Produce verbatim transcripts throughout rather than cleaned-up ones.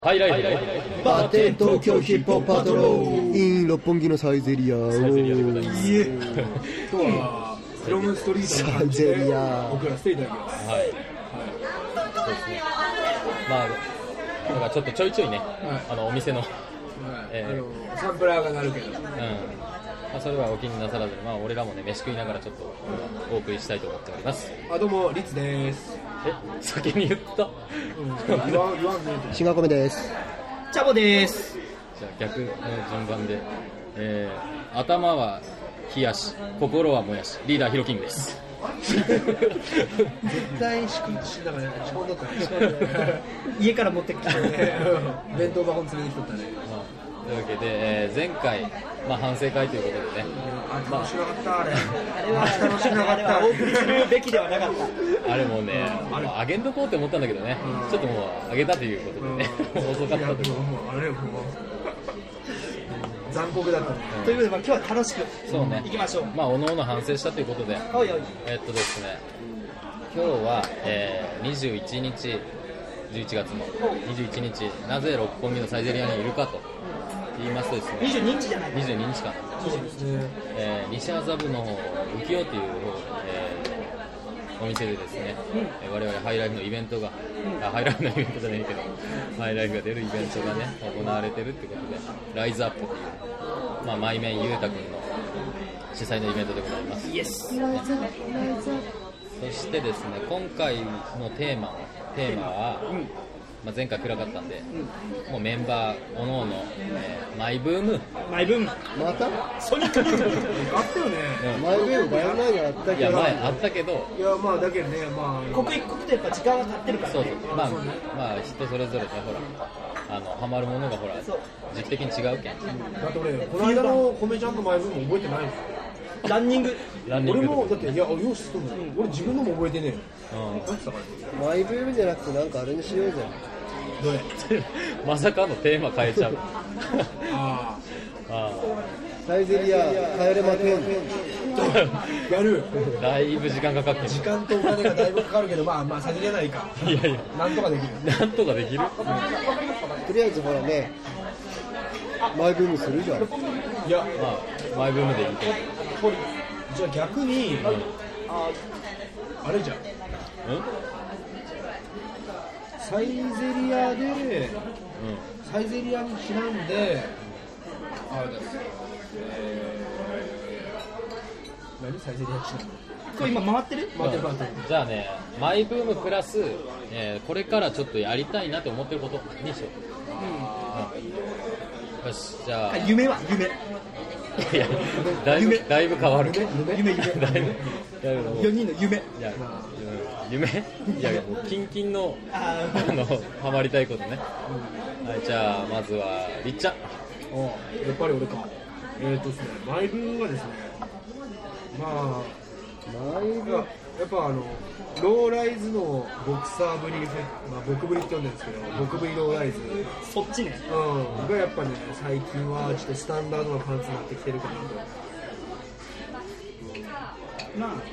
ハイライフバテン東京ヒップホップパトロール in 六本木のサイゼリアサイゼリアでございます。 いえ今日はフロムストリートの感じで僕らステイいただきます。 はい、はい、そうですね。まあだからちょっとちょいちょいね、はい、あのお店の、はいえー、 あのサンプラーが鳴るけど、うんまあ、それはお気になさらずに、まあ、俺らもね飯食いながらちょっとお送りしたいと思っております。 あどうもリツです。 え先に言った、うん、 言わん言わんねえシンガコメです。 チャボです。 じゃあ逆の順番で、えー、頭は冷やし心はもやしリーダーヒロキングです。 絶対仕込んしながら仕込んどったね。 家から持ってきて弁当箱に連れてきとったね。 というわけで、えー、前回、まあ、反省会ということでね、 あ楽しなかったあれ。 あれは楽しなかった。お送りするべきではなかった。 あれもね、あれあげんとこうって思ったんだけどね、うん、ちょっともうあげたということでね、うん、遅かったという。 あれもう残酷だったね。 うん、ということで、まあ、今日は楽しくそうね、 行きましょう。 まあおのおの反省したということで、 おいおいえっとですね、今日は、えー、にじゅういちにちじゅういちがつのにじゅういちにちなぜ六本木のサイゼリアにいるかと言いますとですね、 にじゅうににちじゃないにじゅうににちかな、えー、西麻布の方浮世という、えー、お店でですね、うん、我々ハイライフのイベントが、うん、あハイライフのイベントじゃないけどハイライフが出るイベントがね行われてるってことで、ライズアップという、まあ、マイメンゆうたくんの主催のイベントでございます。 イエス、 ね、そしてですね、今回のテーマテーマは、うんまあ、前回暗かったんで、うん、もうメンバーおのおの、えー、マイブームマイブームまたソニックブームあったよね、 うん、マイブーム前前にあったけど、 いや前あったけど、 いやまあだけどね、まあ刻一刻とやっぱ時間が経ってるから、ね、 そうそうまあ、まあ人それぞれね、ほらあのハマるものがほら時期的に違うけん、うん、 だって俺この間の米ちゃんとマイブーム覚えてないの。 ランニングランニング俺もだっていやよしと、うん、俺自分のも覚えてねえよ、 うん、マイブームじゃなくてなんかあれにしようぜ。 どれまさかのテーマ変えちゃうああサイゼリア帰れませんやるだいぶ時間かかってる。 時間とお金がだいぶかかるけど、まあまあサイゼリアないか、 いやいやなんとかできるなんとかできる、うん、 とりあえずほらねマイブームするじゃん。 いやまあマイブームでいいと思う。 じゃあ逆に、うん、あ, あれじゃん、うんサイゼリアで、うん、サイゼリアにちなんで、あれです、えー、何サイゼリアにちなんでこれ今回ってる回ってる回ってる。 じゃあね、マイブームプラス、えー、これからちょっとやりたいなと思ってることにしよう、うん、よし、じゃあ夢は夢いやだいぶだいぶ変わる夢夢夢だいぶよにんの夢、いや夢いやいやもうキンキンのあのハマりたいことね、うん、はい、じゃあまずはりっちゃん。 おやっぱり俺か。えーとですね、マイブームはですね、まあマイブやっぱあのローライズのボクサーブリーフ、まあボクブリって呼んでるんですけど、ボクブリローライズそっちね、 うんがやっぱね最近はちょっとスタンダードなパンツになってきてるかなと。 まあ、もう、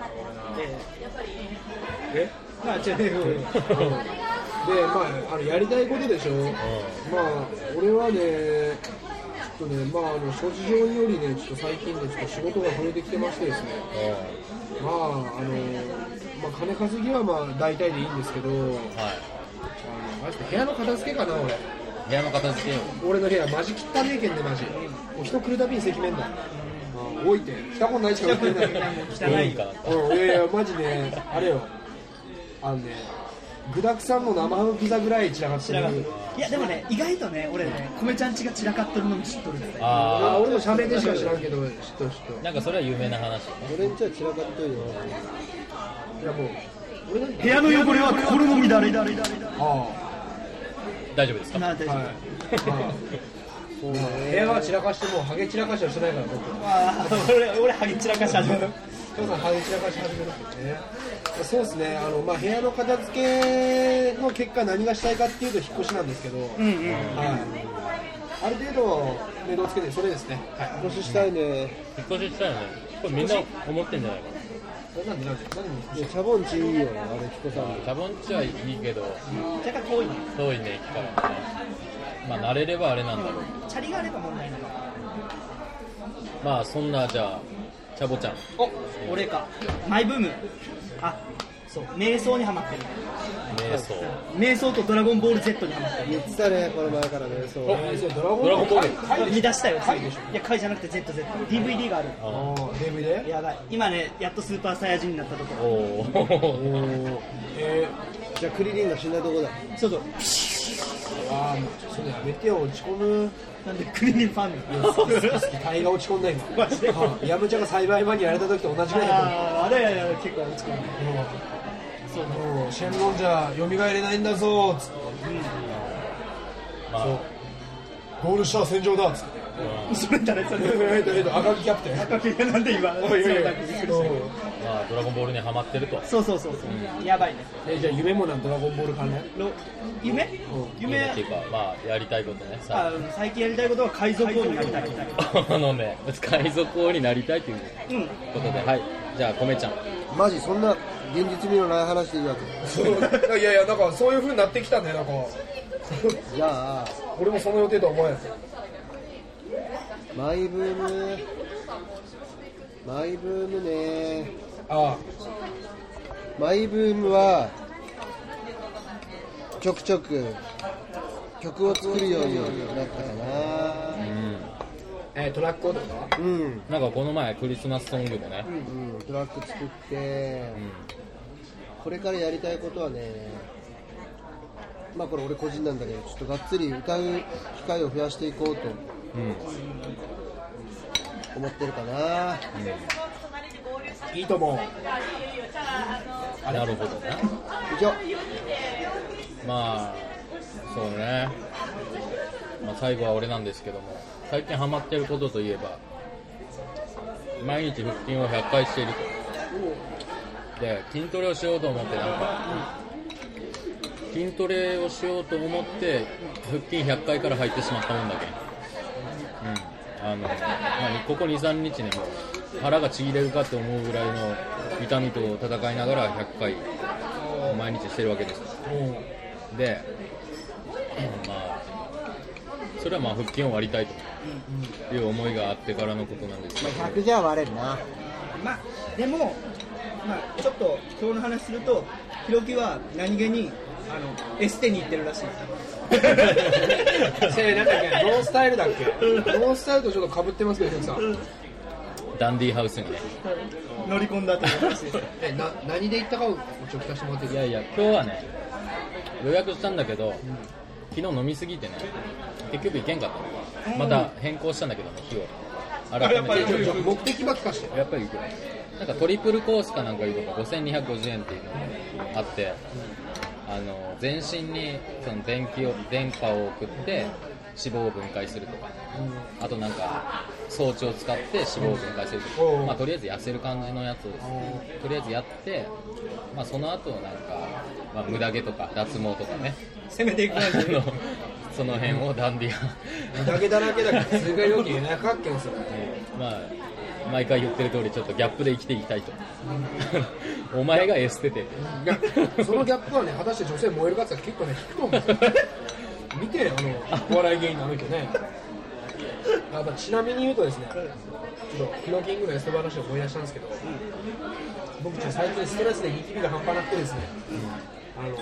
ええまあ、違う、で、 まあ、あのやりたいことでしょ、うん、まあ、俺はね、ちょっとね、まあ、あの諸事情によりね、ちょっと最近でちょっと仕事が増えてきてましてですね、うん、まあ、あの、まあ、金稼ぎはまあ、大体でいいんですけど、はい、あの、あれって部屋の片付けかな、俺。 部屋の片付けよ。 俺の部屋、マジ汚ねえけんね、マジ。もう人来るたびに赤面だ。置いて来たことないしか置いてない汚いかな、うん、いやいやマジねあれよ、あのね具だくさんの生ハムピザぐらい散らかってる。 いやでもね意外とね俺ね米ちゃんちが散らかってるのも知っとるんで、 ああ俺も社名でしか知らんけど知っとる知っとる。 なんかそれは有名な話。 俺んちは散らかっとるよ。 いやもう俺の部屋の汚れは心の乱れ。ああ大丈夫ですか。 な大丈夫、はいそうね、部屋は散らかしてもうハゲ散らかしはしてないから僕あ俺俺ハゲ散らかし始める父さんハゲ散らかし始めるってね。そうですね、あの、まあ、部屋の片付けの結果何がしたいかっていうと引っ越しなんですけど、うんうん、はい、ある程度目処をつけてそれですね、 はい、引っ越ししたいね。 引っ越ししたいね。これみんな思ってんじゃないかな。 なんでなんで何いやチャボンチいいよ、あれ彦さんチャボンチはいいけど若干遠いね。 遠いね駅からね。まあ慣れればあれなんだろう。 チャリがあれば問題ない。 まあそんなじゃあチャボちゃん。 お、俺か。マイブーム。あ、そう、瞑想にハマってる。 瞑想。 瞑想とドラゴンボール Z にハマってる。 言ってたね、この前からね。そうドラゴンドラゴンボール回見出したよ、ついでしょ。 いや、回じゃなくて ゼットゼット。ディーブイディー がある。 ああ、デブでやばい。今ね、やっとスーパーサイヤ人になったところ。 おお。 えじゃあクリリンが死んだとこだ。 そうそう。 ー、ああ、もうそれやめてよ、落ち込む。 なんでクリリンファン好き好き好き、タイが落ち込んだ今。 マジではいヤムチャが栽培前にやれた時と同じぐらいだと思う。 あー、あれやや結構落ち込む。そうね。 もうシェンロンじゃ蘇れないんだぞっつって、 まあゴール下は戦場だっつって、 それ誰それ。 えっとえっと赤木キャプテン、 赤木なんで今。 おいおいおいそうだっけびっくりしたまあドラゴンボールにハマってると。 そうそうそうそう。やばいね。 えじゃあ夢もなんドラゴンボール関連？ ろ夢？夢っていうかまあやりたいことね。 あさ最近やりたいことは海賊王になりたい。 あのね海賊王になりたいといううん。 ことで、はいじゃあ米ちゃん。 マジそんな現実味のない話でいいわけ。 いやいや、なんかそういう風になってきたね、なんかじゃあ俺もその予定とは思えない。 マイブームマイブームね。 あマイブームはちょくちょく曲を作るようになったかな。 うんえー、トラックをとかうん、 なんかこの前クリスマスソングもね、 うん、トラック作って、これからやりたいことはね、まあこれ俺個人なんだけど、ちょっとがっつり歌う機会を増やしていこうとうんうん思ってるかな。 いいと思う。 なるほどね。 以上。 まあそうね、まあ、最後は俺なんですけども、最近ハマってることといえば毎日腹筋をひゃっかいしていると。で筋トレをしようと思ってなんか筋トレをしようと思って腹筋ひゃっかいから入ってしまったもんだけ、うんあのまあ、ここ にさんにちねもう腹がちぎれるかって思うぐらいの痛みと戦いながらひゃっかい毎日してるわけですで、まあそれはまあ腹筋を割りたいという思いがあってからのことなんですけど、 ひゃくじゃ割れるな。 まあでも、まあ、ちょっと今日の話すると、ひろきは何気にあのエステに行ってるらしい。 せなんだっけ、ノースタイルだっけ、ノースタイルとちょっと被ってますけどさ、 ダンディーハウスにね。 乗り込んだという話です。 えな何で行ったかをちょっと聞かせてもらっていいいやいや今日はね予約したんだけど、昨日飲みすぎてね結局行けんかったの。また変更したんだけどね日を改めて。 ちょちょ目的ば聞かして。 やっぱり行く。なんかトリプルコースかなんかいうのがごせんにひゃくごじゅうえんっていうのがあって、あの全身にその電気を電波を送って脂肪を分解するとか、あとなんか装置を使って脂肪を分解するとか、まあ、とりあえず痩せる感じのやつをですねとりあえずやって、まあ、その後なんか、まあ、無駄毛とか脱毛とかね攻めていく感じ。 あのその辺をダンディー無駄毛だらけだけど追加料金なかっけんすよ。 まあ毎回言ってる通りちょっとギャップで生きていきたいとお前がエステでいやそのギャップはね、果たして女性燃えるかって言ったら結構ね引くと思うんですよ。見てあのお笑い芸人のあの人ね。あまあちなみに言うとですね、ちょっとヒロキングのエステ話を思い出したんですけど、僕ちょっと最近ストレスでニキビが半端なくてですね、あの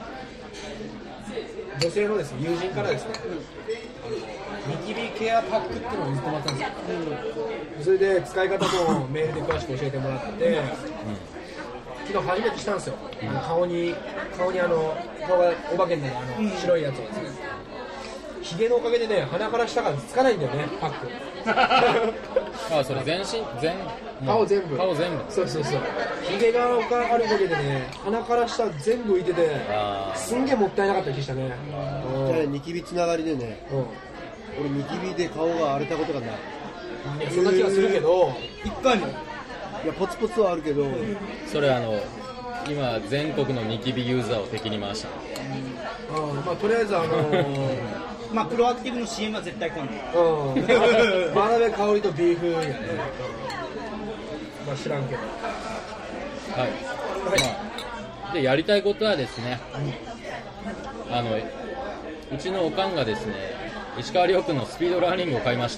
女性のですね友人からですね、あのニキビケアパックっていうのを譲ってもらったんですよ。それで使い方もメールで詳しく教えてもらって、昨日初めてしたんですよ。あの顔に顔にあの顔がお化けになるあの白いやつをですね。ヒゲのおかげでね、鼻から下がつかないんだよね、パック。 あそれ全身全顔全部。 顔全部そうそうそう。ヒゲがあるおかげでね、鼻から下全部浮いてて、 あすんげえもったいなかった気したね。 じゃあニキビつながりでね、 うん。 俺ニキビで顔が荒れたことがない。 いやそんな気がするけど、 一回も。 いやポツポツはあるけど、 それあの今全国のニキビユーザーを敵に回した。 うん、まあとりあえずあのー、 まあプロアクティブの シーエム は絶対来ない。 うん、真鍋かおりとビーフやね。まあ知らんけど。 はい、まあ、でやりたいことはですね、あのうちのおかんがですね石川遼君のスピードラーニングを買いまして、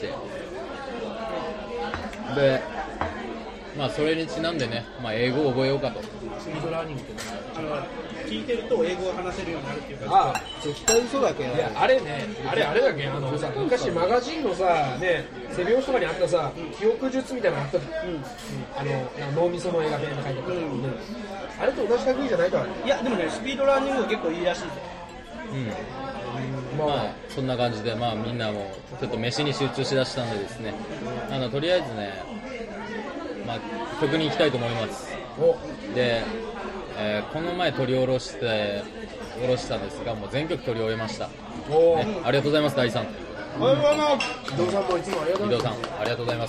で、まあ、それにちなんでね、まあ、英語を覚えようかと。 スピードラーニングってあの聞いてると英語を話せるようになるっていうか、 ああ絶対嘘だけど、 いやあれね、あれあれだっけ、あのさ昔マガジンのさね、背表紙とかにあったさ、うん、記憶術みたいなのあった時、うんうん、あの脳みその映画ペンが書いてあった、うんうん、あれと同じ類じゃないか。 いやでもね、スピードラーニングは結構いいらしいぜ。 うん、まあそんな感じで、まあみんなもちょっと飯に集中しだしたんでですね、あのとりあえずね、まあ曲に行きたいと思います。 おで、えー、この前取り下ろして下ろしたんですが、もう全曲取り終えました。 お、 ね、ありがとうございます大さん。 伊藤さんもいつもありがとうございます。 伊藤さんありがとうございます。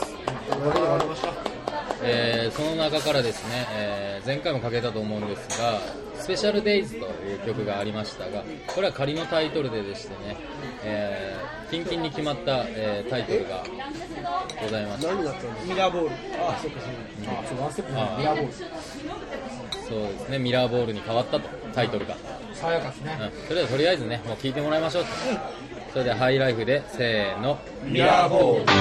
えー、その中からですね、えー、前回もかけたと思うんですが、スペシャルデイズという曲がありましたが、これは仮のタイトルででしてね、えー、キンキンに決まった、えー、タイトルがございました。 何だったんですか？ ミラーボール。 あ、そうかそうか。あ、そうワンステップのミラーボール。 そうですね、ミラーボールに変わったと、タイトルが。 爽やかですね。 うん、それではとりあえずね、もう聴いてもらいましょうと。うん、それではハイライフでせーの、 ミラーボール。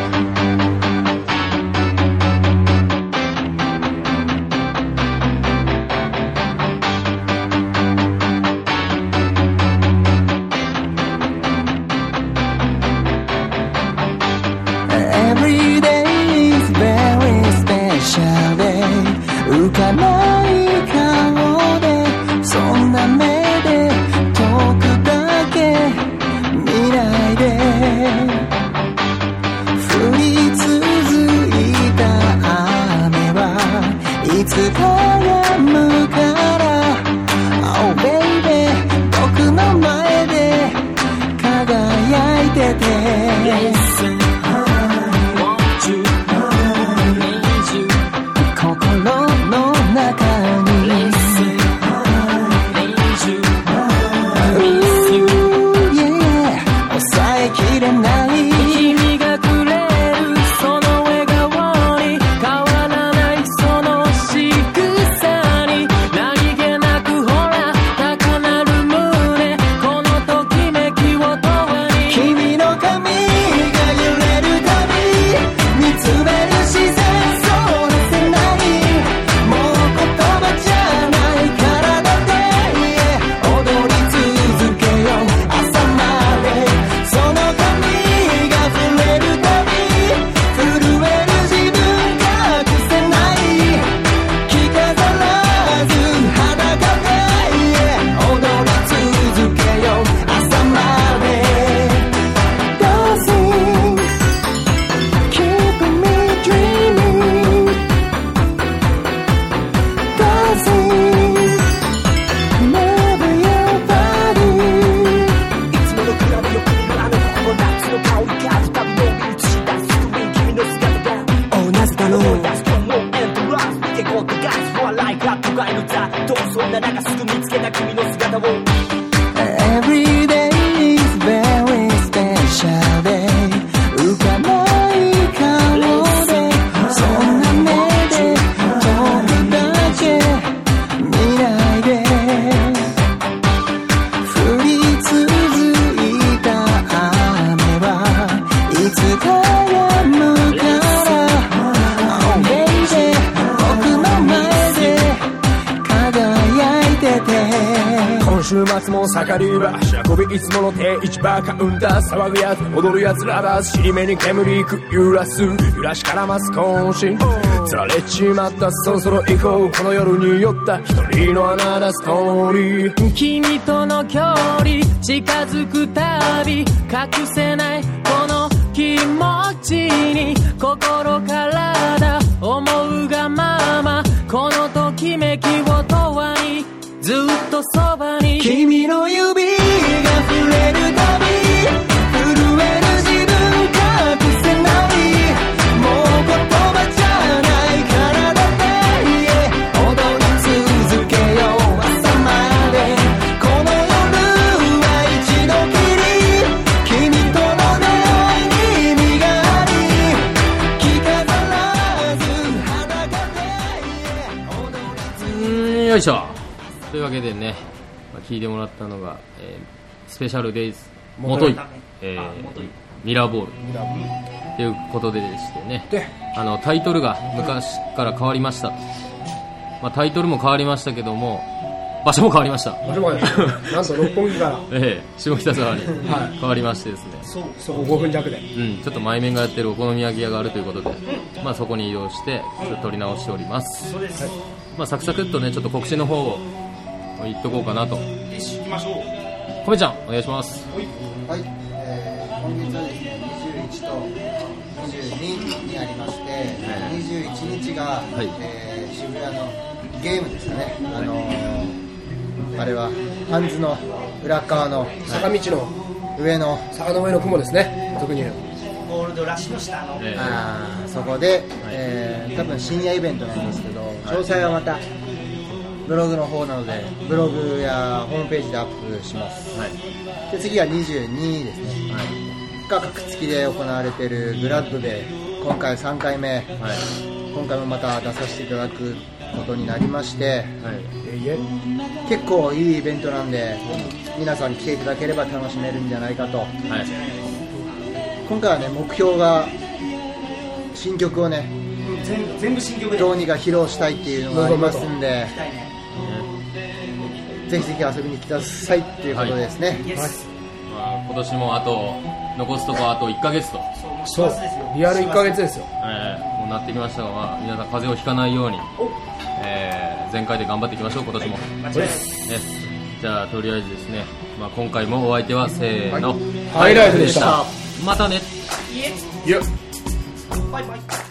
浮かない顔でそんな目で遠くだけ見ないで降り続いた雨はいつか止むから Oh baby 僕の前で輝いてて Listen want you need you 心の中に Listen, need you, miss you yeah 抑えきれない君がくれるその笑顔に変わらないその仕草に何気なくほら高鳴る胸このときめきを永遠に君の髪が揺れるたび見つめる視線Every day is very special day 浮かない顔でそんな目で遠くだけ見ないで降り続いた雨はいつか止むから Oh baby 僕の前で輝いてて今週末も盛り場足運びいつもの定位置バーカウンター騒ぐやつ踊るやつラバーズ尻目に煙く揺らす揺らし絡ます渾身つられちまったそろそろ行こうこの夜に酔った一人のアナザーストーリー君との距離近づくたび隠せないこの気持ちに心からだ思うがままこのときめきを永遠にずっとそばに君の指が触れるたび震える自分隠せないもう言葉じゃないからだって踊り続けよう朝までこの夜は一度きり君との出会いに意味があり着飾らず裸で踊りいしょ。というわけでね、まあ、聞いてもらったのが、えー、スペシャルデイズもとい、えー、ミラーボールということででしてね、あのタイトルが昔から変わりました。まあ、タイトルも変わりましたけども、場所も変わりました。 場所も変わりました。なんと六本木から、 ええ、下北沢に変わりましてですね、 そうそこごふん弱で、 うん、ちょっと前面がやってるお好み焼き屋があるということで、まあ、そこに移動してちょっと撮り直しております。 そうです、はい、 まあ、サクサクっとねちょっと告知の方を言っとこうかなと。 行きましょう。 コメちゃんお願いします。 はい、えー、今月はですねにじゅういちとにじゅうににありまして、にじゅういちにちが、はい、えー、渋谷のゲームですかね、あのーあれはハンズの裏側の坂道の上の坂の上の雲ですね、特にゴールドラッシュの下の、 えー、 あそこで、えー、多分深夜イベントなんですけど、詳細はまたブログの方なのでブログやホームページでアップします、はい、で次はにじゅうにですね、はい、が各月で行われているグラッドで今回さんかいめ、はい、今回もまた出させていただくことになりまして、はい、結構いいイベントなんで皆さん来ていただければ楽しめるんじゃないかと、はい、今回はね目標が新曲をね全部、全部新曲でどうにか披露したいっていうのがありますんで、ぜひぜひ遊びに来てくださいっていうことですね、はいはい、 まあ、今年もあと残すとこあといっかげつと、 そうリアルいっかげつですよ、 えー、もうなってきましたが、まあ、皆さん風邪をひかないように、えー、全開で頑張っていきましょう今年も、ね、じゃあとりあえずですね、まあ、今回もお相手はせーの、 はい、ハイライフでした。 またね。 いやバイバイ。